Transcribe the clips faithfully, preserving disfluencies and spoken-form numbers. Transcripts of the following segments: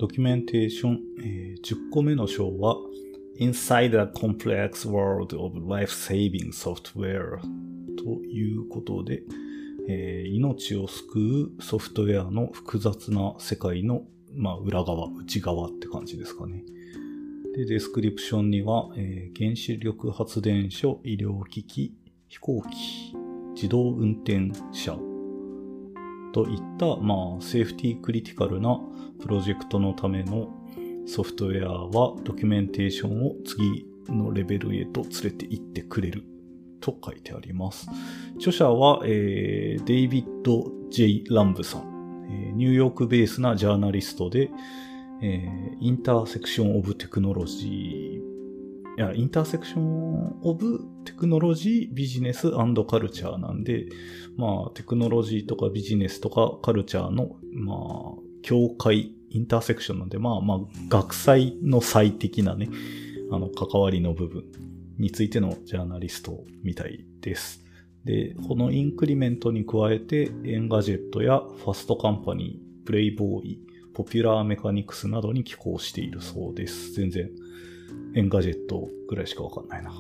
ドキュメンテーション、えー、じゅっこめの章は Inside a Complex World of Life-Saving Software ということで、えー、命を救うソフトウェアの複雑な世界の、まあ、裏側、内側って感じですかね。で、デスクリプションには、えー、原子力発電所、医療機器、飛行機、自動運転車といった、まあ、セーフティークリティカルなプロジェクトのためのソフトウェアはドキュメンテーションを次のレベルへと連れて行ってくれると書いてあります。著者は、えー、デイビッド・ジェイ・ランブさん、えー、ニューヨークベースなジャーナリストで、えー、インターセクション・オブ・テクノロジー、いや、インターセクション・オブ・テクノロジー、ビジネス&カルチャーなんで、まあ、テクノロジーとかビジネスとかカルチャーの、まあ、境界、インターセクションなんで、まあまあ、学際の際的なね、あの、関わりの部分についてのジャーナリストみたいです。で、このインクリメントに加えて、エンガジェットやファストカンパニー、プレイボーイ、ポピュラーメカニクスなどに寄稿しているそうです。全然、エンガジェットぐらいしかわかんないな。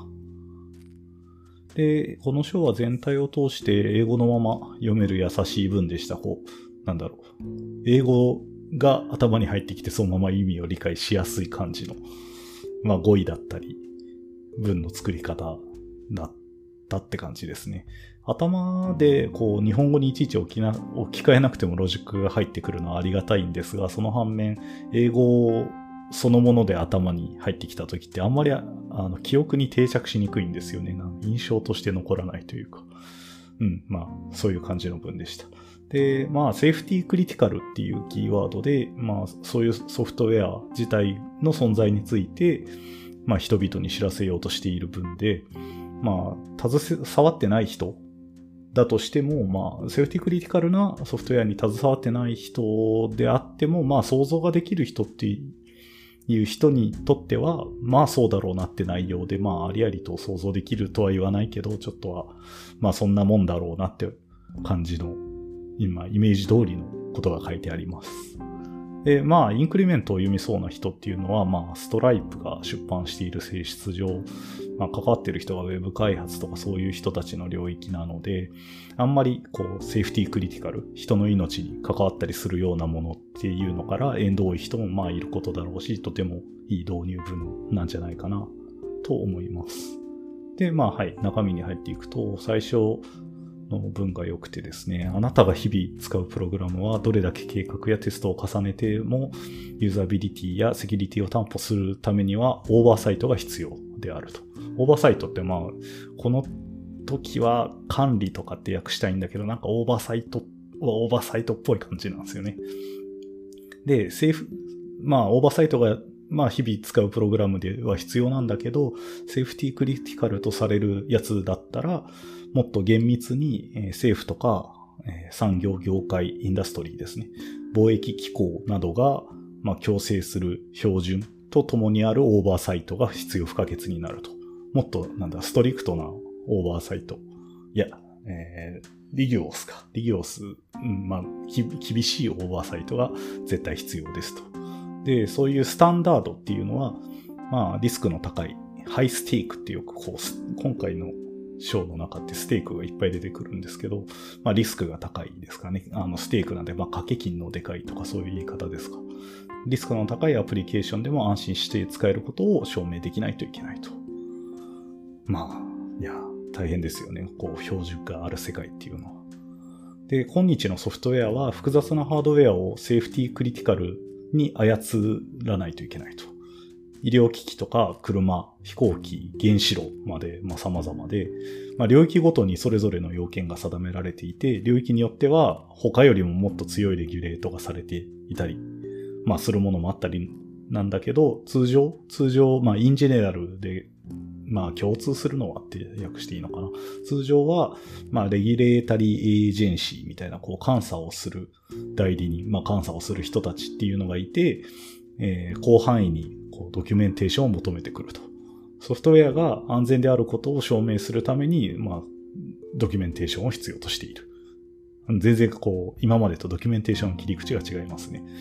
で、この章は全体を通して英語のまま読める優しい文でした。こう、なんだろう。英語が頭に入ってきてそのまま意味を理解しやすい感じの、まあ語彙だったり、文の作り方だったって感じですね。頭でこう日本語にいちいち置きな、置き換えなくてもロジックが入ってくるのはありがたいんですが、その反面、英語そのもので頭に入ってきた時ってあんまりあの記憶に定着しにくいんですよね。印象として残らないというか。うん、まあそういう感じの文でした。で、まあセーフティークリティカルっていうキーワードで、まあそういうソフトウェア自体の存在について、まあ人々に知らせようとしている文で、まあ携わってない人だとしても、まあセーフティークリティカルなソフトウェアに携わってない人であっても、まあ想像ができる人っていう人にとっては、まあそうだろうなって内容で、まあありありと想像できるとは言わないけど、ちょっとは、まあそんなもんだろうなって感じの、今、イメージ通りのことが書いてあります。で、まあインクリメントを読みそうな人っていうのは、まあストライプが出版している性質上、まあ関わっている人がウェブ開発とかそういう人たちの領域なので、あんまりこうセーフティークリティカル、人の命に関わったりするようなものっていうのから縁遠い人もまあいることだろうし、とてもいい導入文なんじゃないかなと思います。で、まあはい、中身に入っていくと、最初の文が良くてですね、あなたが日々使うプログラムはどれだけ計画やテストを重ねてもユーザビリティやセキュリティを担保するためにはオーバーサイトが必要であると。オーバーサイトってまあ、この時は管理とかって訳したいんだけど、なんかオーバーサイトはオーバーサイトっぽい感じなんですよね。で、セーフ、まあオーバーサイトがまあ日々使うプログラムでは必要なんだけど、セーフティークリティカルとされるやつだったら、もっと厳密に政府とか産業業界インダストリーですね、貿易機構などがまあ強制する標準とともにあるオーバーサイトが必要不可欠になると。もっとなんだストリクトなオーバーサイト、いや、えー、リギオスかリギオス、うん、まあ厳しいオーバーサイトが絶対必要ですと。で、そういうスタンダードっていうのはまあリスクの高いハイステークってよくこう今回の章の中ってステークがいっぱい出てくるんですけど、まあリスクが高いですかね。あのステークなんで、まあ掛け金のでかいとかそういう言い方ですか。リスクの高いアプリケーションでも安心して使えることを証明できないといけないと。まあ、いや、大変ですよね。こう標準がある世界っていうのは。で、今日のソフトウェアは複雑なハードウェアをセーフティークリティカルに操らないといけないと。医療機器とか車、飛行機、原子炉まで、まあ、様々で、まあ、領域ごとにそれぞれの要件が定められていて、領域によっては他よりももっと強いレギュレートがされていたり、まあ、するものもあったりなんだけど、通常、通常、まあ、インジェネラルで、まあ、共通するのはって訳していいのかな。通常は、まあ、レギュレータリーエージェンシーみたいな、こう、監査をする代理人、まあ、監査をする人たちっていうのがいて、えー、広範囲にこうドキュメンテーションを求めてくると。ソフトウェアが安全であることを証明するために、まあ、ドキュメンテーションを必要としている。全然こう、今までとドキュメンテーションの切り口が違いますね。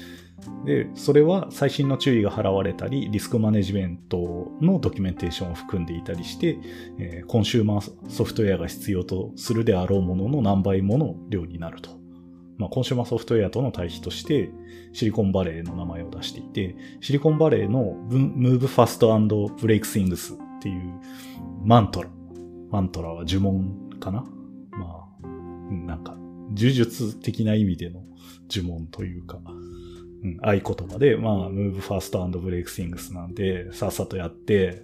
で、それは最新の注意が払われたり、リスクマネジメントのドキュメンテーションを含んでいたりして、えー、コンシューマーソフトウェアが必要とするであろうものの何倍もの量になると。まあ、コンシューマーソフトウェアとの対比として、シリコンバレーの名前を出していて、シリコンバレーの Move Fast and Break Things っていうマントラ。マントラは呪文かな？まあ、なんか、呪術的な意味での呪文というか、うん、合言葉で、まあ、move fast and break things なんで、さっさとやって、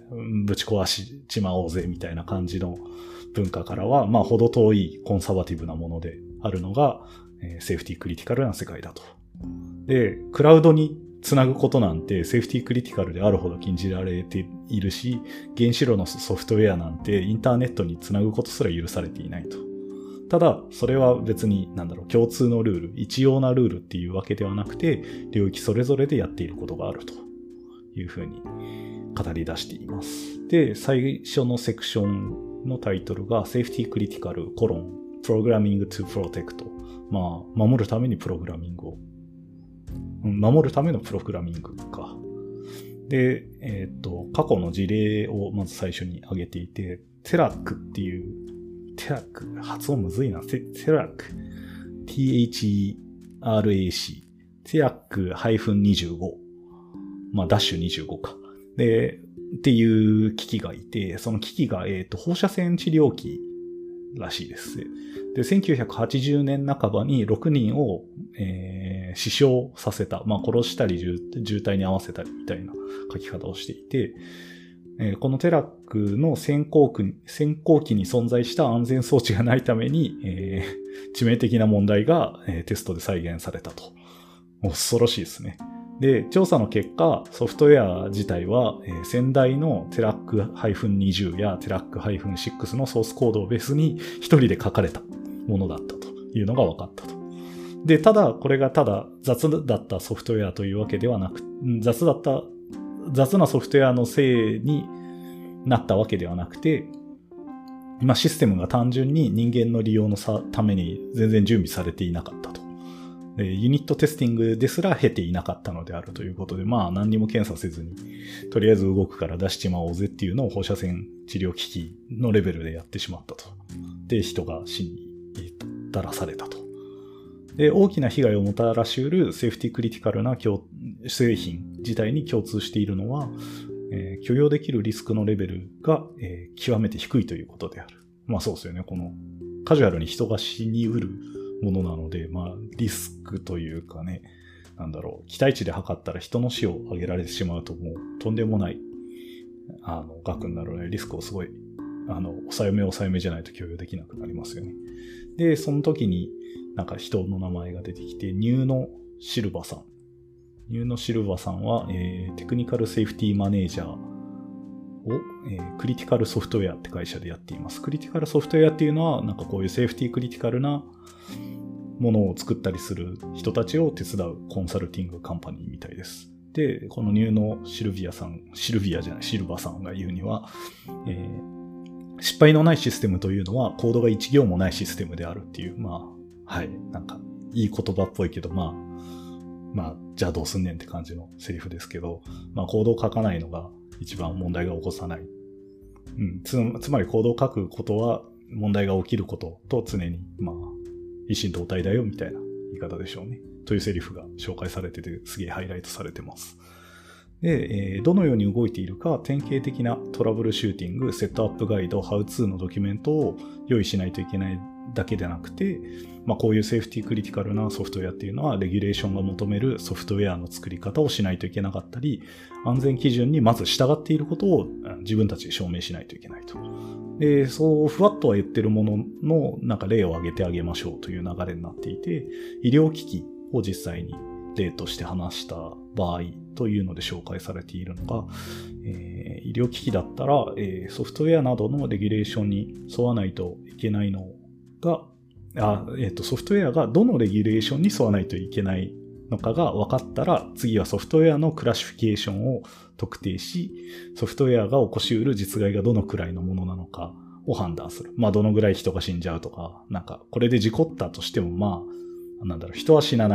ぶち壊しちまおうぜ、みたいな感じの文化からは、まあ、ほど遠いコンサバティブなものであるのが、えー、セーフティクリティカルな世界だと。で、クラウドにつなぐことなんて、セーフティクリティカルであるほど禁じられているし、原子炉のソフトウェアなんて、インターネットにつなぐことすら許されていないと。ただ、それは別に、なんだろう、共通のルール、一様なルールっていうわけではなくて、領域それぞれでやっていることがあるというふうに語り出しています。で、最初のセクションのタイトルが、Safety Critical: コロン Programming to Protect。まあ、守るためにプログラミングを。守るためのプログラミングか。で、えっと、過去の事例をまず最初に挙げていて、テラックっていう、テラック、発音むずいな。テ, テラック。ティーエイチイーアールエーシー。テラック にじゅうご。まあ、ダッシュにじゅうごか。で、っていう機器がいて、その機器が、えっと、放射線治療機らしいです。で、せんきゅうひゃくはちじゅうねん半ばにろくにんを、えー、死傷させた。まあ、殺したり、渋滞に合わせたりみたいな書き方をしていて、このテラックの先行期に、先行期に存在した安全装置がないために、えー、致命的な問題が、えー、テストで再現されたと。恐ろしいですね。で、調査の結果、ソフトウェア自体は、えー、先代のテラック にじゅう やテラック シックス のソースコードをベースに一人で書かれたものだったというのが分かったと。で、ただ、これがただ雑だったソフトウェアというわけではなく、雑だった雑なソフトウェアのせいになったわけではなくて、まあシステムが単純に人間の利用のために全然準備されていなかったと。ユニットテスティングですら経ていなかったのであるということで、まあ何にも検査せずに、とりあえず動くから出しちまおうぜっていうのを放射線治療機器のレベルでやってしまったと。で、人が死に至らされたと。で、大きな被害をもたらし得るセーフティクリティカルな製品自体に共通しているのは、えー、許容できるリスクのレベルが、えー、極めて低いということである。まあそうですよね。このカジュアルに人が死に得るものなので、まあリスクというかね、なんだろう、期待値で測ったら人の死を上げられてしまうともうとんでもない、あの、額になるので、リスクをすごい、あの、抑えめ抑えめじゃないと許容できなくなりますよね。で、その時になんか人の名前が出てきて、ニューノシルバさん。ニューノシルバさんは、えー、テクニカルセーフティーマネージャーを、えー、クリティカルソフトウェアって会社でやっています。クリティカルソフトウェアっていうのは、なんかこういうセーフティークリティカルなものを作ったりする人たちを手伝うコンサルティングカンパニーみたいです。で、このニューノシルビアさん、シルビアじゃない、シルバさんが言うには、えー、失敗のないシステムというのはコードが一行もないシステムであるっていう、まあ、はい、なんかいい言葉っぽいけど、まあ、まあ、じゃあどうすんねんって感じのセリフですけど、まあ、コードを書かないのが一番問題が起こさない。うん、つ、つまりコードを書くことは問題が起きることと常に、まあ、一心同体だよみたいな言い方でしょうね。というセリフが紹介されてて、すげえハイライトされてます。で、えー、どのように動いているか、典型的なトラブルシューティング、セットアップガイド、ハウツーのドキュメントを用意しないといけないだけでなくて、まあ、こういうセーフティークリティカルなソフトウェアっていうのは、レギュレーションが求めるソフトウェアの作り方をしないといけなかったり、安全基準にまず従っていることを自分たちで証明しないといけないと。で、そうふわっとは言ってるものの、なんか例を挙げてあげましょうという流れになっていて、医療機器を実際に例として話した場合というので紹介されているのが、えー、医療機器だったら、えー、ソフトウェアなどのレギュレーションに沿わないといけないのが、あえーと、ソフトウェアがどのレギュレーションに沿わないといけないのかが分かったら、次はソフトウェアのクラシフィケーションを特定し、ソフトウェアが起こし得る実害がどのくらいのものなのかを判断する。まあ、どのぐらい人が死んじゃうとか、なんか、これで事故ったとしても、まあ、なんだろう、人は死なないとか、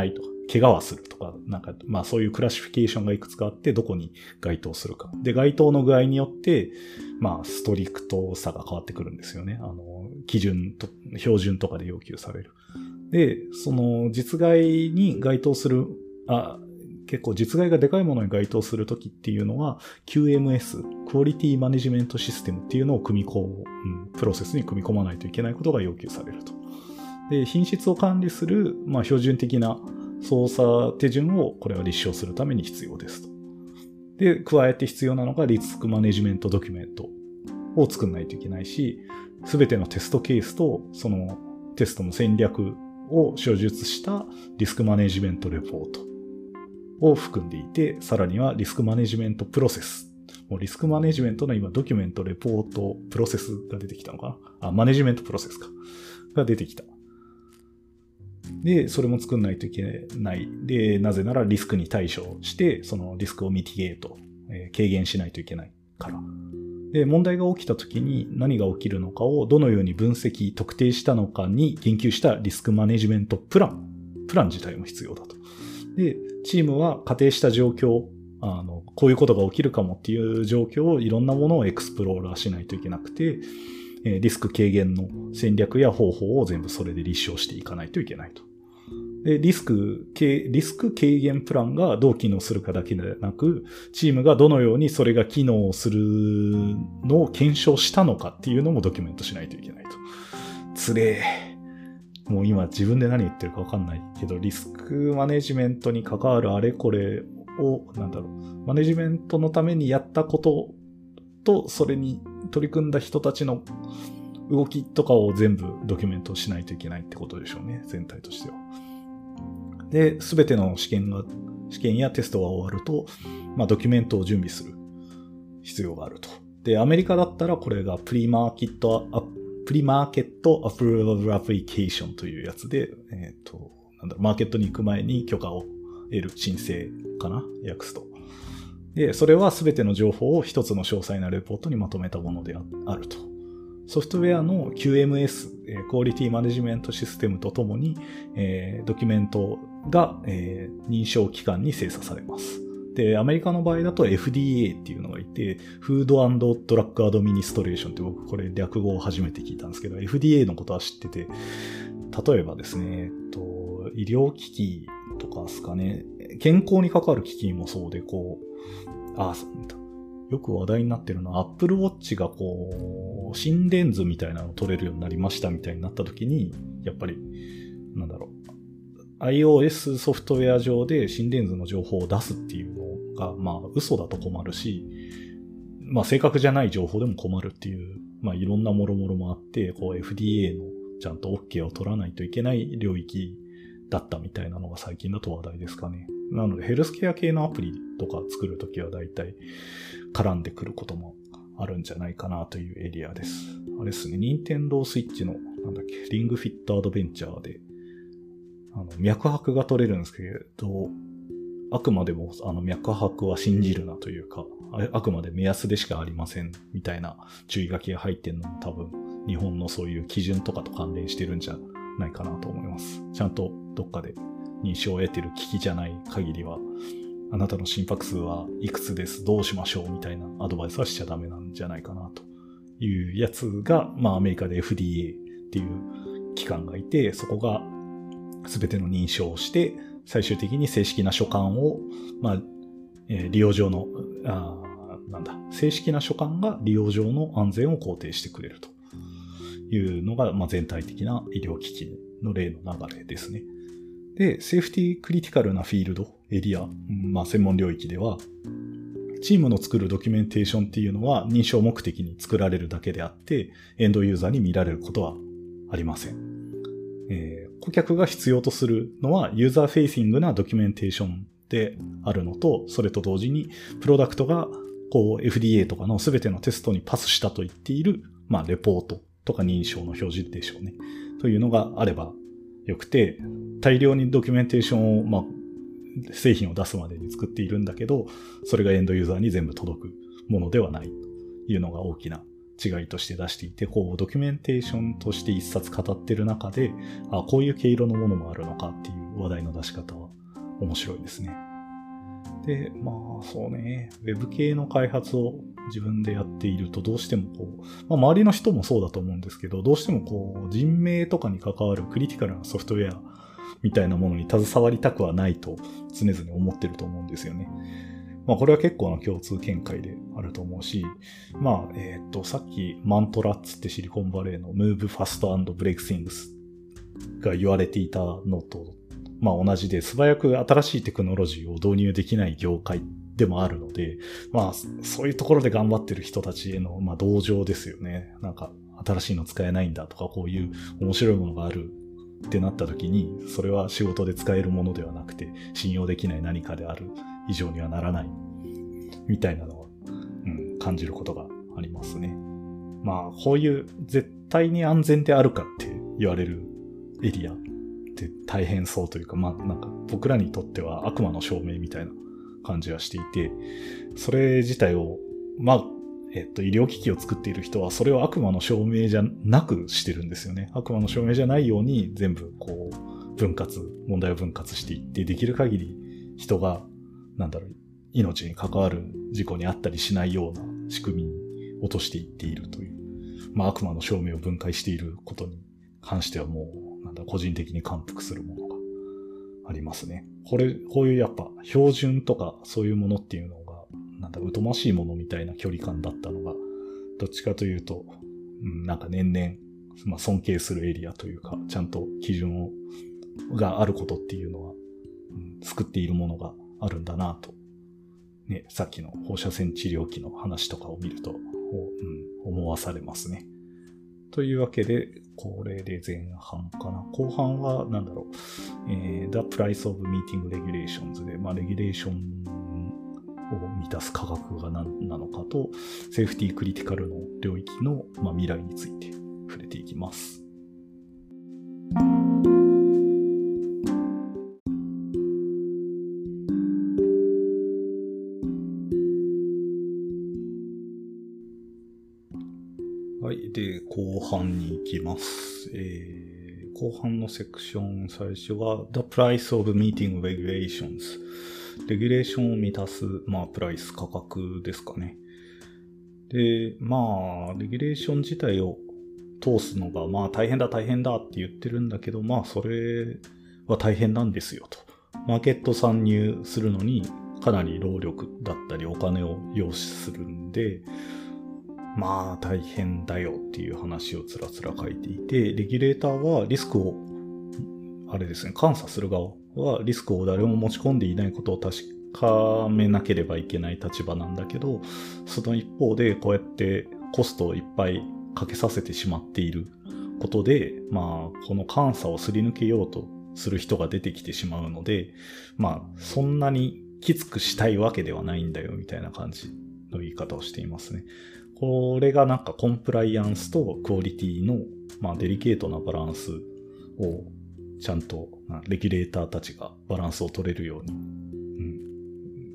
怪我はするとか、なんか、まあそういうクラシフィケーションがいくつかあって、どこに該当するか。で、該当の具合によって、まあストリクトさが変わってくるんですよね。あの、基準と、標準とかで要求される。で、その実害に該当する、あ、結構実害がでかいものに該当するときっていうのは キューエムエス、クオリティマネジメントシステムっていうのを組み込む、うん、プロセスに組み込まないといけないことが要求されると。で、品質を管理する、まあ、標準的な操作手順をこれは立証するために必要ですと。で、加えて必要なのがリスクマネジメントドキュメントを作んないといけないし、すべてのテストケースとそのテストの戦略を詳述したリスクマネジメントレポートを含んでいて、さらにはリスクマネジメントプロセス。もうリスクマネジメントの今ドキュメント、レポート、プロセスが出てきたのかなあ、マネジメントプロセスか。が出てきた。で、それも作んないといけない。で、なぜならリスクに対処して、そのリスクをミティゲート、えー、軽減しないといけないから。で、問題が起きた時に何が起きるのかをどのように分析、特定したのかに言及したリスクマネジメントプラン。プラン自体も必要だと。で、チームは仮定した状況、あの、こういうことが起きるかもっていう状況をいろんなものをエクスプローラーしないといけなくて、リスク軽減の戦略や方法を全部それで立証していかないといけないと。で、リスク、リスク軽減プランがどう機能するかだけでなく、チームがどのようにそれが機能するのを検証したのかっていうのもドキュメントしないといけないと。つれー。もう今自分で何言ってるかわかんないけど、リスクマネジメントに関わるあれこれを、なんだろう、マネジメントのためにやったことと、それに取り組んだ人たちの動きとかを全部ドキュメントしないといけないってことでしょうね、全体としては。で、すべての試験が、試験やテストが終わると、まあドキュメントを準備する必要があると。で、アメリカだったらこれがプリマーケットアッププリマーケットアプローバルアプリケーションというやつで、えっと、なんだろう、マーケットに行く前に許可を得る申請かな訳すと。で、それはすべての情報を一つの詳細なレポートにまとめたものであると。ソフトウェアの キューエムエス、クオリティマネジメントシステムとともに、えー、ドキュメントが、えー、認証機関に精査されます。で、アメリカの場合だと エフディーエー っていうのがいて、フード&ドラッグアドミニストレーションって僕これ略語を初めて聞いたんですけど、エフディーエー のことは知ってて、例えばですね、えっと、医療機器とかですかね、健康に関わる機器もそうで、こう、あ、よく話題になってるのは Apple Watch がこう、心電図みたいなのを取れるようになりましたみたいになった時に、やっぱり、なんだろう、iOS ソフトウェア上で心電図の情報を出すっていうのが、まあ嘘だと困るし、まあ正確じゃない情報でも困るっていう、まあいろんなもろもろもあって、こう エフディーエー のちゃんと OK を取らないといけない領域だったみたいなのが最近だと話題ですかね。なのでヘルスケア系のアプリとか作るときはだいたい絡んでくることもあるんじゃないかなというエリアです。あれですね、ニンテンドースイッチの、なんだっけ、リングフィットアドベンチャーで、あの、脈拍が取れるんですけど、あくまでもあの脈拍は信じるなというか、あくまで目安でしかありませんみたいな注意書きが入ってるのも多分日本のそういう基準とかと関連してるんじゃないかなと思います。ちゃんとどっかで認証を得てる機器じゃない限りは、あなたの心拍数はいくつです、どうしましょうみたいなアドバイスはしちゃダメなんじゃないかなというやつが、まあアメリカで エフディーエー っていう機関がいて、そこがすべての認証をして、最終的に正式な書簡を、まあ、えー、利用上の、あなんだ、正式な書簡が利用上の安全を肯定してくれるというのが、まあ、全体的な医療機器の例の流れですね。で、セーフティクリティカルなフィールド、エリア、まあ、専門領域では、チームの作るドキュメンテーションっていうのは認証目的に作られるだけであって、エンドユーザーに見られることはありません。えー、顧客が必要とするのはユーザーフェイシングなドキュメンテーションであるのと、それと同時にプロダクトがこう エフディーエー とかのすべてのテストにパスしたと言っている、まあレポートとか認証の表示でしょうね。というのがあればよくて、大量にドキュメンテーションを、まあ、製品を出すまでに作っているんだけど、それがエンドユーザーに全部届くものではないというのが大きな違いとして出していて、こうドキュメンテーションとして一冊語ってる中で、あ、こういう毛色のものもあるのかっていう話題の出し方は面白いですね。で、まあそうね、ウェブ系の開発を自分でやっているとどうしてもこう、まあ、周りの人もそうだと思うんですけど、どうしてもこう人命とかに関わるクリティカルなソフトウェアみたいなものに携わりたくはないと常々思ってると思うんですよね。まあこれは結構な共通見解であると思うし、まあえっとさっきマントラっつってシリコンバレーの Move Fast and Break Things が言われていたのとまあ同じで、素早く新しいテクノロジーを導入できない業界でもあるので、まあそういうところで頑張ってる人たちへのまあ同情ですよね。なんか新しいの使えないんだとか、こういう面白いものがあるってなった時に、それは仕事で使えるものではなくて信用できない何かである以上にはならないみたいなのは、うん、感じることがありますね。まあこういう絶対に安全であるかって言われるエリアって大変そうというか、まあなんか僕らにとっては悪魔の証明みたいな感じはしていて、それ自体をまあえっと医療機器を作っている人はそれを悪魔の証明じゃなくしてるんですよね。悪魔の証明じゃないように全部こう分割問題を分割していって、できる限り人がなんだろう命に関わる事故にあったりしないような仕組みに落としていっているという、まあ悪魔の証明を分解していることに関してはもうなんだ個人的に感服するものがありますね。これ、こういうやっぱ標準とかそういうものっていうのがなんだ疎ましいものみたいな距離感だったのが、どっちかというと、うん、なんか年々、まあ、尊敬するエリアというか、ちゃんと基準をがあることっていうのは、うん、救っているものがあるんだなと、ね、さっきの放射線治療器の話とかを見ると、うん、思わされますね。というわけで、これで前半かな。後半は、なんだろう、えー、The Price of Meeting Regulations で、まあ、レギュレーションを満たす科学が何なのかと、セーフティークリティカルの領域の、まあ、未来について触れていきます。はい。で、後半に行きます。えー、後半のセクション、最初は The Price of Meeting Regulations。レギュレーションを満たす、まあ、プライス、価格ですかね。で、まあ、レギュレーション自体を通すのが、まあ、大変だ、大変だって言ってるんだけど、まあ、それは大変なんですよと。マーケット参入するのに、かなり労力だったり、お金を要するんで、まあ大変だよっていう話をつらつら書いていて、レギュレーターはリスクを、あれですね、監査する側はリスクを誰も持ち込んでいないことを確かめなければいけない立場なんだけど、その一方でこうやってコストをいっぱいかけさせてしまっていることで、まあこの監査をすり抜けようとする人が出てきてしまうので、まあそんなにきつくしたいわけではないんだよみたいな感じの言い方をしていますね。これがなんかコンプライアンスとクオリティの、まあ、デリケートなバランスをちゃんとレギュレーターたちがバランスを取れるように、うん、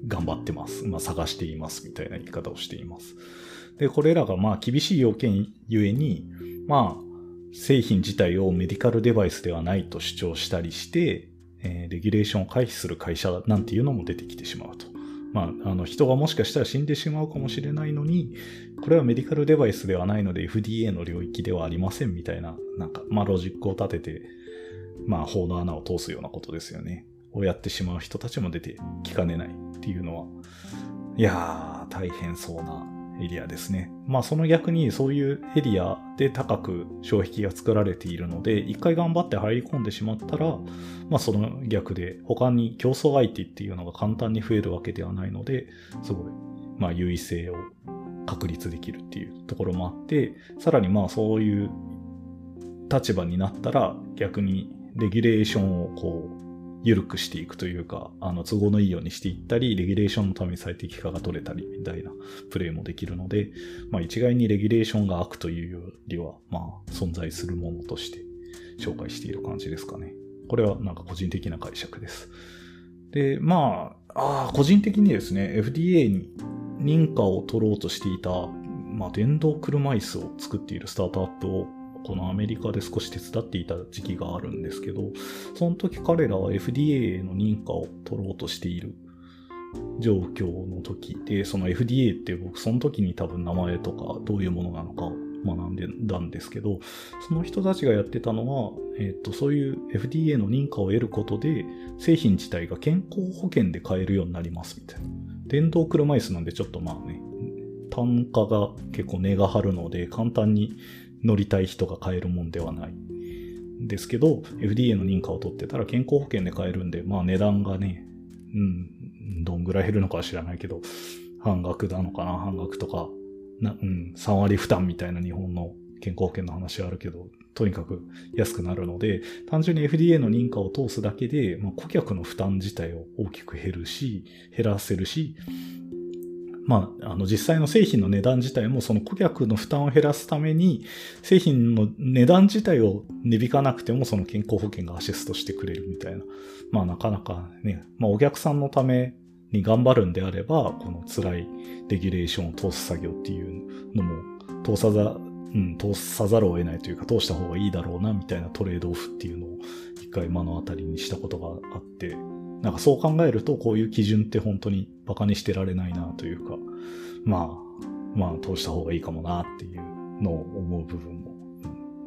頑張ってます。まあ、探していますみたいな言い方をしています。で、これらがまあ厳しい要件ゆえに、まあ製品自体をメディカルデバイスではないと主張したりして、えー、レギュレーションを回避する会社なんていうのも出てきてしまうと。まあ、あの人がもしかしたら死んでしまうかもしれないのに、これはメディカルデバイスではないので エフディーエー の領域ではありませんみたいな、なんか、まあロジックを立てて、まあ法の穴を通すようなことですよね。をやってしまう人たちも出てきかねないっていうのは、いやー、大変そうなエリアですね。まあその逆にそういうエリアで高く障壁が作られているので、一回頑張って入り込んでしまったら、まあその逆で他に競争相手っていうのが簡単に増えるわけではないので、すごい、まあ優位性を確立できるっていうところもあって、さらにまあそういう立場になったら逆にレギュレーションをこう、緩くしていくというか、あの、都合のいいようにしていったり、レギュレーションのために最適化が取れたり、みたいなプレイもできるので、まあ一概にレギュレーションが悪というよりは、まあ存在するものとして紹介している感じですかね。これはなんか個人的な解釈です。で、まあ、ああ、個人的にですね、エフディーエー に認可を取ろうとしていた、まあ電動車椅子を作っているスタートアップをこのアメリカで少し手伝っていた時期があるんですけど、その時彼らは エフディーエー の認可を取ろうとしている状況の時で、その エフディーエー って僕その時に多分名前とかどういうものなのかを学んでたんですけど、その人たちがやってたのは、えっと、そういう エフディーエー の認可を得ることで、製品自体が健康保険で買えるようになりますみたいな。電動車椅子なんでちょっとまあね、単価が結構値が張るので、簡単に乗りたい人が買えるもんではない。ですけど、エフディーエー の認可を取ってたら健康保険で買えるんで、まあ値段がね、うん、どんぐらい減るのかは知らないけど、半額なのかな、半額とか、な、うん、さん割負担みたいな日本の健康保険の話はあるけど、とにかく安くなるので、単純に エフディーエー の認可を通すだけで、まあ、顧客の負担自体を大きく減るし、減らせるし、まあ、あの実際の製品の値段自体もその顧客の負担を減らすために、製品の値段自体を値引かなくてもその健康保険がアシストしてくれるみたいな。まあなかなかね、まあお客さんのために頑張るんであれば、この辛いレギュレーションを通す作業っていうのも通さざ、うん、通さざるを得ないというか、通した方がいいだろうなみたいなトレードオフっていうのを一回目の当たりにしたことがあって、なんかそう考えるとこういう基準って本当にバカにしてられないなというか、まあ、まあ通した方がいいかもなっていうのを思う部分も、うん、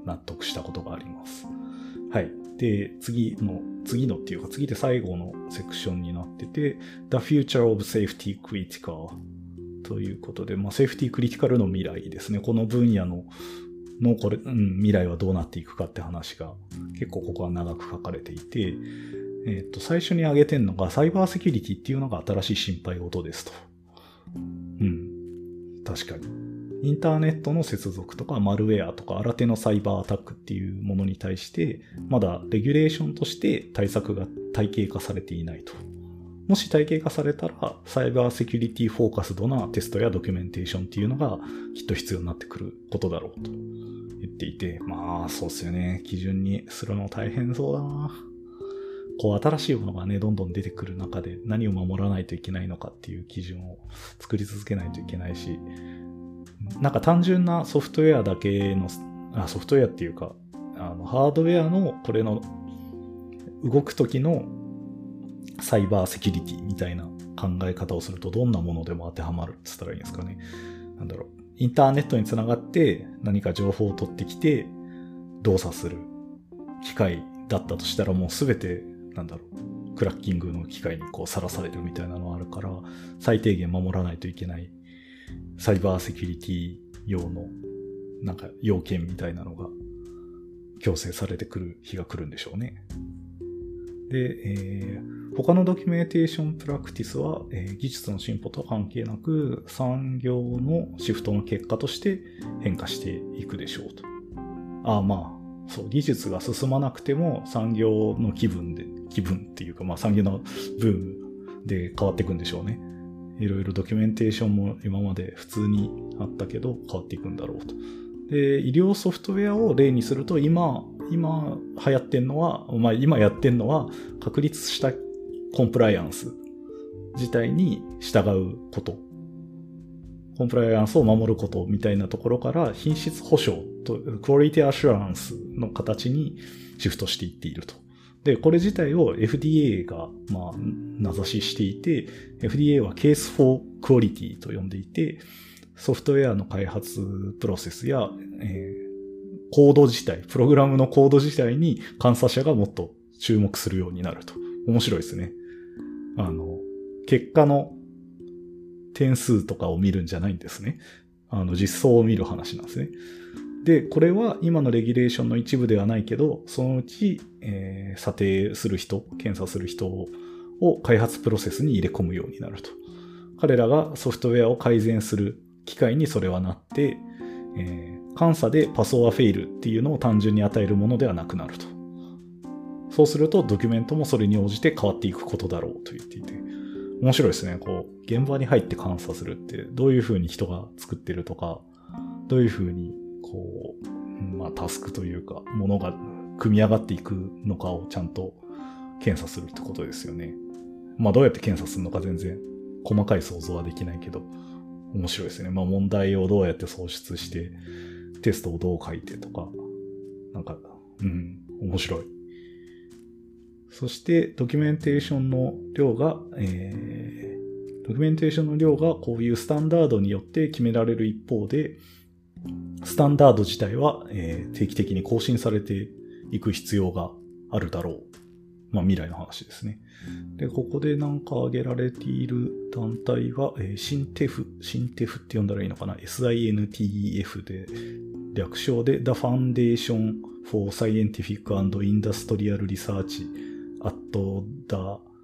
納得したことがあります。はい。で、次の、次のっていうか次で最後のセクションになってて、The Future of Safety Critical ということで、まあセーフティークリティカルの未来ですね。この分野ののこれ、うん、未来はどうなっていくかって話が結構ここは長く書かれていて、えっと、最初に挙げてんのがサイバーセキュリティっていうのが新しい心配事ですと。うん。確かに。インターネットの接続とかマルウェアとか新手のサイバーアタックっていうものに対して、まだレギュレーションとして対策が体系化されていないと。もし体系化されたら、サイバーセキュリティフォーカスドなテストやドキュメンテーションっていうのがきっと必要になってくることだろうと言っていて、まあそうっすよね。基準にするの大変そうだな。こう新しいものがね、どんどん出てくる中で何を守らないといけないのかっていう基準を作り続けないといけないし、なんか単純なソフトウェアだけの、あ、ソフトウェアっていうか、あの、ハードウェアのこれの動く時のサイバーセキュリティみたいな考え方をするとどんなものでも当てはまるって言ったらいいんですかね。なんだろう。インターネットにつながって何か情報を取ってきて動作する機械だったとしたらもうすべてなんだろう、クラッキングの機会にこうさらされるみたいなのがあるから、最低限守らないといけないサイバーセキュリティ用のなんか要件みたいなのが強制されてくる日が来るんでしょうね。で、えー、他のドキュメンテーションプラクティスは、えー、技術の進歩とは関係なく産業のシフトの結果として変化していくでしょうと。ああ、まあそう、技術が進まなくても産業の気分で、気分っていうか、まあ産業のブームで変わっていくんでしょうね。いろいろドキュメンテーションも今まで普通にあったけど変わっていくんだろうと。で、医療ソフトウェアを例にすると今、今流行ってんのは、まあ今やってんのは確立したコンプライアンス自体に従うこと。コンプライアンスを守ることみたいなところから品質保証とクオリティアシュランスの形にシフトしていっていると。で、これ自体を エフディーエー がまあ名指ししていて、エフディーエー はケースフォークオリティと呼んでいて、ソフトウェアの開発プロセスや、えー、コード自体、プログラムのコード自体に監査者がもっと注目するようになると。面白いですね。あの、結果の点数とかを見るんじゃないんですね。あの、実装を見る話なんですね。で、これは今のレギュレーションの一部ではないけど、そのうち、えー、査定する人、検査する人を、を開発プロセスに入れ込むようになると。彼らがソフトウェアを改善する機会にそれはなって、えー、監査でパスオアフェイルっていうのを単純に与えるものではなくなると。そうするとドキュメントもそれに応じて変わっていくことだろうと言っていて、面白いですね。こう、現場に入って監査するって、どういうふうに人が作ってるとか、どういうふうに、こう、まあ、タスクというか、ものが組み上がっていくのかをちゃんと検査するってことですよね。まあ、どうやって検査するのか全然細かい想像はできないけど、面白いですね。まあ、問題をどうやって創出して、テストをどう書いてとか、 なんか、うん、面白い。そして、ドキュメンテーションの量が、えー、ドキュメンテーションの量がこういうスタンダードによって決められる一方で、スタンダード自体は、えー、定期的に更新されていく必要があるだろう。まあ未来の話ですね。で、ここでなんか挙げられている団体は、えー、シンテフ、シンテフって呼んだらいいのかな ?エスアイエヌティーイーエフ で、略称で The Foundation for Scientific and Industrial Research at the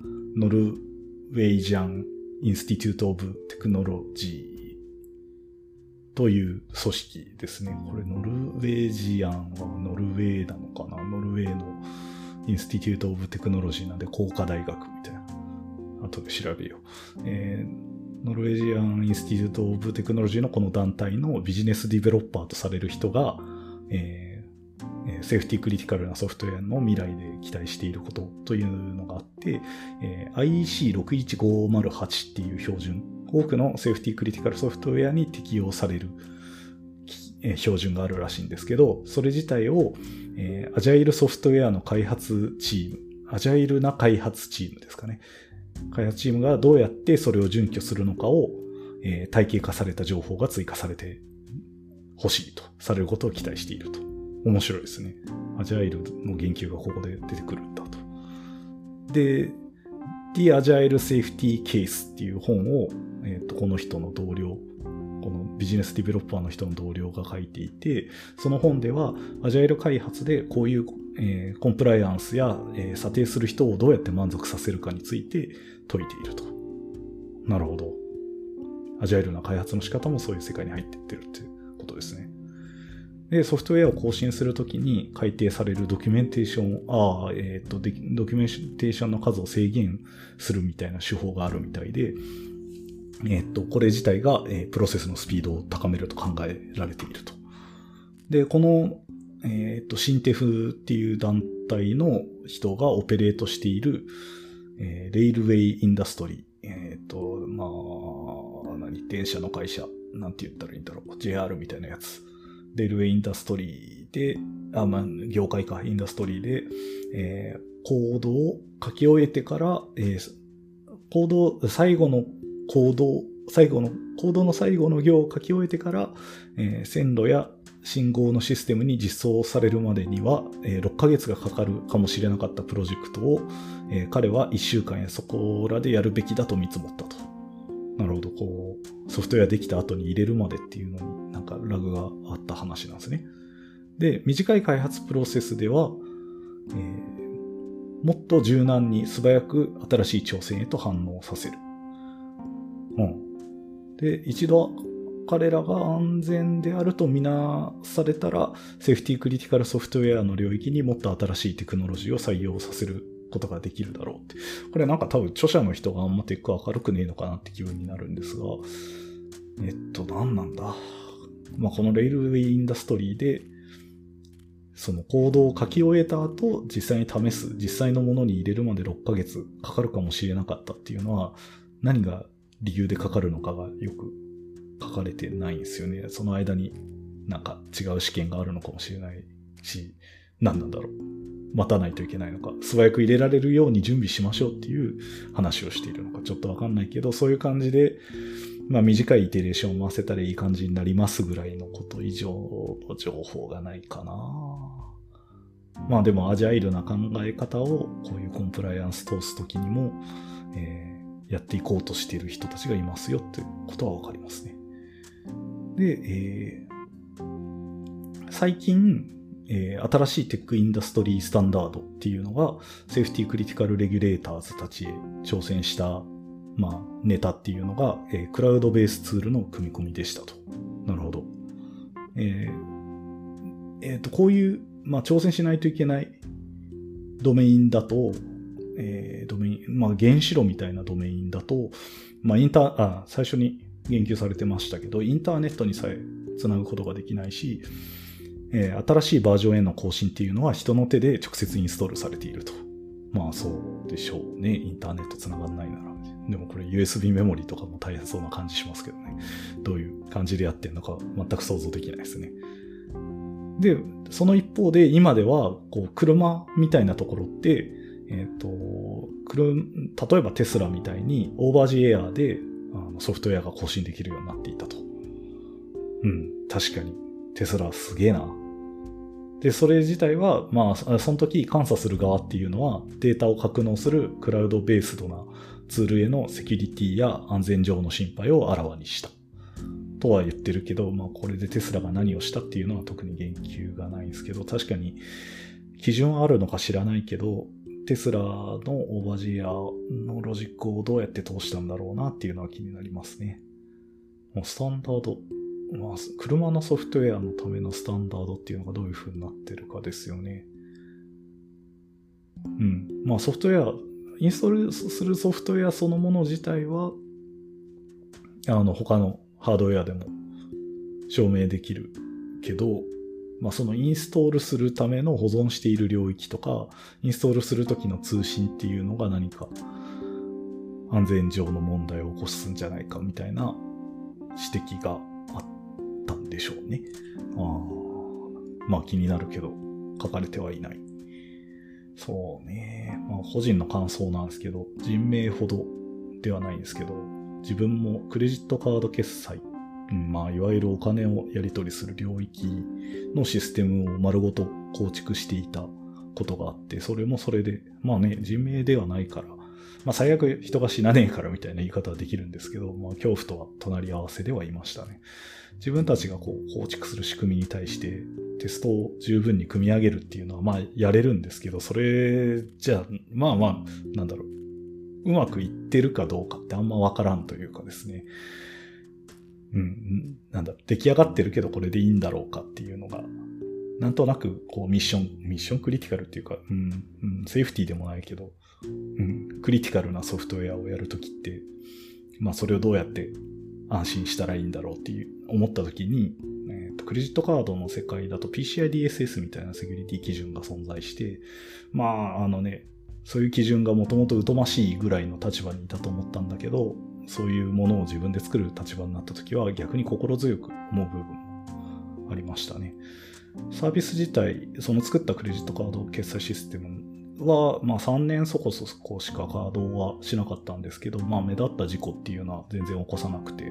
Norwegian Institute of Technology という組織ですね。これノルウェージアンはノルウェーなのかなノルウェーのインスティテュート・オブ・テクノロジーなんで工科大学みたいな。後で調べよう。えー、ノルウェージアン・インスティテュート・オブ・テクノロジーのこの団体のビジネスディベロッパーとされる人が、えー、セーフティクリティカルなソフトウェアの未来で期待していることというのがあって、えー、アイイーシーろくいちごまるはち っていう標準、多くのセーフティクリティカルソフトウェアに適用される標準があるらしいんですけど、それ自体を、えー、アジャイルソフトウェアの開発チーム、アジャイルな開発チームですかね。開発チームがどうやってそれを準拠するのかを、えー、体系化された情報が追加されてほしいとされることを期待していると。面白いですね。アジャイルの言及がここで出てくるんだと。で、The Agile Safety Case っていう本を、えーと、この人の同僚、このビジネスディベロッパーの人の同僚が書いていて、その本ではアジャイル開発でこういう、えー、コンプライアンスや、えー、査定する人をどうやって満足させるかについて説いていると。なるほど。アジャイルな開発の仕方もそういう世界に入っていってるっていうことですね。で、ソフトウェアを更新するときに改定されるドキュメンテーション、ああ、えっと、ドキュメンテーションの数を制限するみたいな手法があるみたいで、えっと、これ自体が、えー、プロセスのスピードを高めると考えられていると。で、この、えっと、シンテフっていう団体の人がオペレートしている、えー、レイルウェイインダストリー、えっと、まあ、何、電車の会社、なんて言ったらいいんだろう、ジェイアール みたいなやつ。レイルウェイインダストリーで、あ、まあ、業界か、インダストリーで、えー、コードを書き終えてから、えー、コード、最後のコード、最後の、コードの最後の行を書き終えてから、えー、線路や信号のシステムに実装されるまでには、えー、ろっかげつがかかるかもしれなかったプロジェクトを、えー、彼はいっしゅうかんやそこらでやるべきだと見積もったと。なるほど、こう、ソフトウェアできた後に入れるまでっていうのになんかラグがあった話なんですね。で、短い開発プロセスでは、えー、もっと柔軟に素早く新しい挑戦へと反応させる。うん。で、一度彼らが安全であるとみなされたら、セーフティクリティカルソフトウェアの領域にもっと新しいテクノロジーを採用させることができるだろうって。これなんか多分著者の人があんまテック明るくねえのかなって気分になるんですが、えっと、何なんだ。まあ、このレイルウェイインダストリーで、そのコードを書き終えた後、実際に試す、実際のものに入れるまでろっかげつかかるかもしれなかったっていうのは、何が理由でかかるのかがよく書かれてないんですよね。その間になんか違う試験があるのかもしれないし、何なんだろう。待たないといけないのか、素早く入れられるように準備しましょうっていう話をしているのか、ちょっとわかんないけど、そういう感じで、まあ短いイテレーションを回せたらいい感じになりますぐらいのこと以上の情報がないかな。まあでもアジャイルな考え方をこういうコンプライアンス通すときにも、えー、やっていこうとしている人たちがいますよってことはわかりますね。で、えー、最近、えー、新しいテックインダストリースタンダードっていうのがセーフティクリティカルレギュレーターズたちへ挑戦したまあ、ネタっていうのが、えー、クラウドベースツールの組み込みでしたと。なるほど。えーえー、とこういう、まあ、挑戦しないといけないドメインだと、えー、ドメイン、まあ、原子炉みたいなドメインだと、まあ、インター、あ、最初に言及されてましたけど、インターネットにさえつなぐことができないし、えー、新しいバージョンへの更新っていうのは人の手で直接インストールされていると。まあ、そうでしょうね。インターネットつながんないなら。でもこれ ユーエスビー メモリとかも大変そうな感じしますけどね。どういう感じでやってんのか全く想像できないですね。 で、その一方で今では、こう、車みたいなところって、えっと、例えばテスラみたいにオーバージエアであのソフトウェアが更新できるようになっていたと。うん、確かに。テスラすげえな。で、それ自体は、まあ、その時監査する側っていうのはデータを格納するクラウドベースドなツールへのセキュリティや安全上の心配をあらわにした。とは言ってるけど、まあこれでテスラが何をしたっていうのは特に言及がないんですけど、確かに基準あるのか知らないけど、テスラのオーバージエアのロジックをどうやって通したんだろうなっていうのは気になりますね。もうスタンダード、まあ車のソフトウェアのためのスタンダードっていうのがどういう風になってるかですよね。うん。まあソフトウェア、インストールするソフトウェアそのもの自体は、あの他のハードウェアでも証明できるけど、まあそのインストールするための保存している領域とか、インストールするときの通信っていうのが何か安全上の問題を起こすんじゃないかみたいな指摘があったんでしょうね。ああ、まあ気になるけど書かれてはいない。そうね。まあ個人の感想なんですけど、人命ほどではないんですけど、自分もクレジットカード決済、うん、まあいわゆるお金をやり取りする領域のシステムを丸ごと構築していたことがあって、それもそれで、まあね、人命ではないから、まあ最悪人が死なねえからみたいな言い方はできるんですけど、まあ恐怖とは隣り合わせではいましたね。自分たちがこう構築する仕組みに対してテストを十分に組み上げるっていうのはまあやれるんですけど、それじゃあ、まあまあ、なんだろう。うまくいってるかどうかってあんまわからんというかですね。うん、なんだ、出来上がってるけどこれでいいんだろうかっていうのが、なんとなくこうミッション、ミッションクリティカルっていうか、うん、うん、セーフティーでもないけど、うん、クリティカルなソフトウェアをやるときって、まあそれをどうやって安心したらいいんだろうっていう思ったときに、えーと、クレジットカードの世界だと ピーシーアイディーエスエス みたいなセキュリティ基準が存在して、まああのね、そういう基準がもともと疎ましいぐらいの立場にいたと思ったんだけど、そういうものを自分で作る立場になったときは逆に心強く思う部分もありましたね。サービス自体、その作ったクレジットカード決済システムは、まあさんねんそこそこしか稼働はしなかったんですけど、まあ目立った事故っていうのは全然起こさなくて、うん、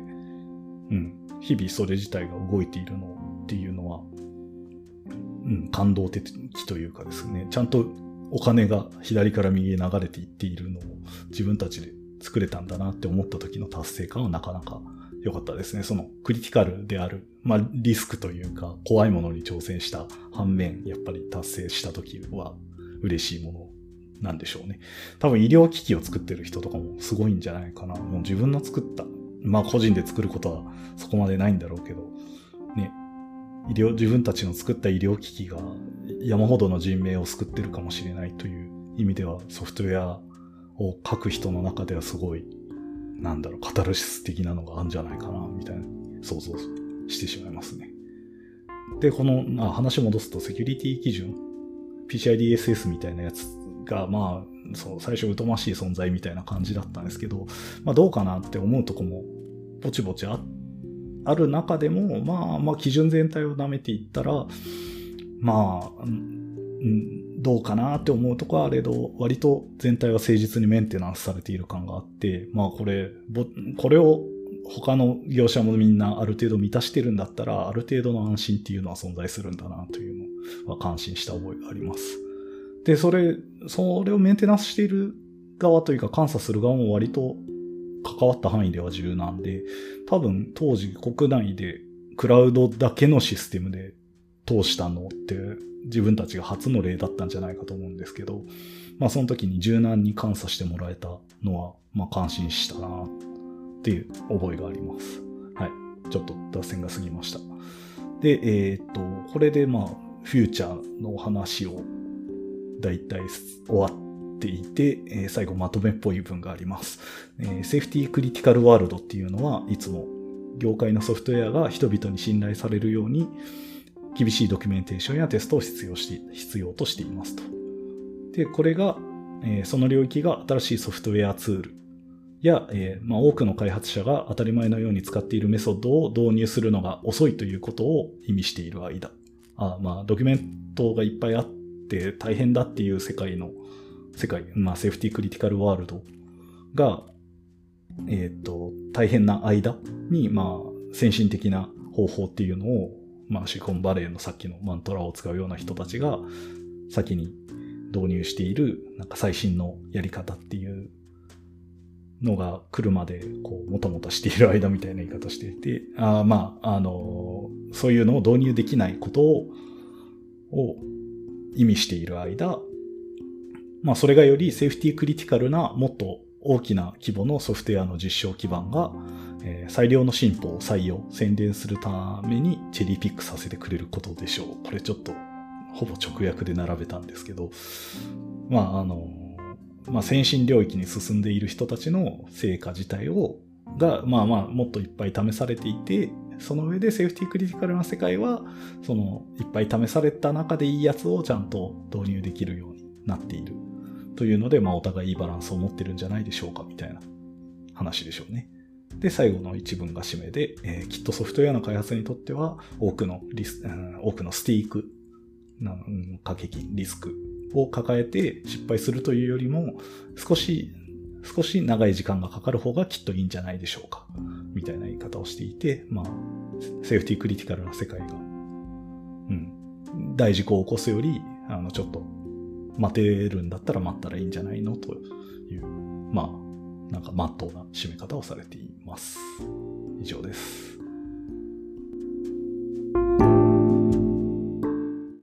日々それ自体が動いているのっていうのは、うん、感動的というかですね、ちゃんとお金が左から右へ流れていっているのを自分たちで作れたんだなって思った時の達成感はなかなか良かったですね。そのクリティカルである、まあリスクというか怖いものに挑戦した反面、やっぱり達成した時は嬉しいものなんでしょうね。多分医療機器を作ってる人とかもすごいんじゃないかな。もう自分の作った、まあ個人で作ることはそこまでないんだろうけど、ね、医療、自分たちの作った医療機器が山ほどの人命を救ってるかもしれないという意味ではソフトウェアを書く人の中ではすごい、なんだろう、カタルシス的なのがあるんじゃないかな、みたいな想像してしまいますね。で、この、あ、話戻すとセキュリティ基準、ピーシーアイディーエスエス みたいなやつが、まあ、そう、最初疎ましい存在みたいな感じだったんですけど、まあどうかなって思うとこもぼちぼちあ、ある中でも、まあまあ基準全体を舐めていったら、まあ、うん、どうかなって思うとこはあれど、割と全体は誠実にメンテナンスされている感があって、まあこれ、これを他の業者もみんなある程度満たしてるんだったら、ある程度の安心っていうのは存在するんだなというのは感心した覚えがあります。で、それ、それをメンテナンスしている側というか監査する側も割と関わった範囲では柔軟で、多分当時国内でクラウドだけのシステムで通したのって自分たちが初の例だったんじゃないかと思うんですけど、まあその時に柔軟に監査してもらえたのは、まあ感心したなっていう覚えがあります。はい。ちょっと脱線が過ぎました。で、えー、っと、これでまあ、フューチャーの話をだいたい終わっていて、えー、最後まとめっぽい部分があります。えー、セーフティークリティカルワールドっていうのはいつも業界のソフトウェアが人々に信頼されるように厳しいドキュメンテーションやテストを必要し、必要としていますと。で、これが、えー、その領域が新しいソフトウェアツールや、えーまあ、多くの開発者が当たり前のように使っているメソッドを導入するのが遅いということを意味している間、 あまあ、ドキュメントがいっぱいあって大変だっていう世界の、世界、まあ、セーフティクリティカルワールドが、えっと、大変な間に、まあ、先進的な方法っていうのを、まあ、シリコンバレーのさっきのマントラを使うような人たちが先に導入している、なんか最新のやり方っていうのが来るまで、こう、もたもたしている間みたいな言い方していて、あまあ、あの、そういうのを導入できないことを、を意味している間、まあ、それがよりセーフティークリティカルな、もっと大きな規模のソフトウェアの実証基盤が、えー、最良の進歩を採用、宣伝するためにチェリーピックさせてくれることでしょう。これちょっと、ほぼ直訳で並べたんですけど、まあ、あの、まあ、先進領域に進んでいる人たちの成果自体を、が、まあまあ、もっといっぱい試されていて、その上でセーフティークリティカルな世界は、その、いっぱい試された中でいいやつをちゃんと導入できるようになっている。というので、まあ、お互いいいバランスを持ってるんじゃないでしょうか、みたいな話でしょうね。で、最後の一文が締めで、えー、きっとソフトウェアの開発にとっては、多くのリス、うん、多くのスティーク、なうん、過激、リスクを抱えて失敗するというよりも、少し、少し長い時間がかかる方がきっといいんじゃないでしょうか。みたいな言い方をしていて、まあ、セーフティークリティカルな世界が、うん、大事故を起こすより、あの、ちょっと、待てるんだったら待ったらいいんじゃないのという、まあ、なんか、まっとうな締め方をされています。以上です。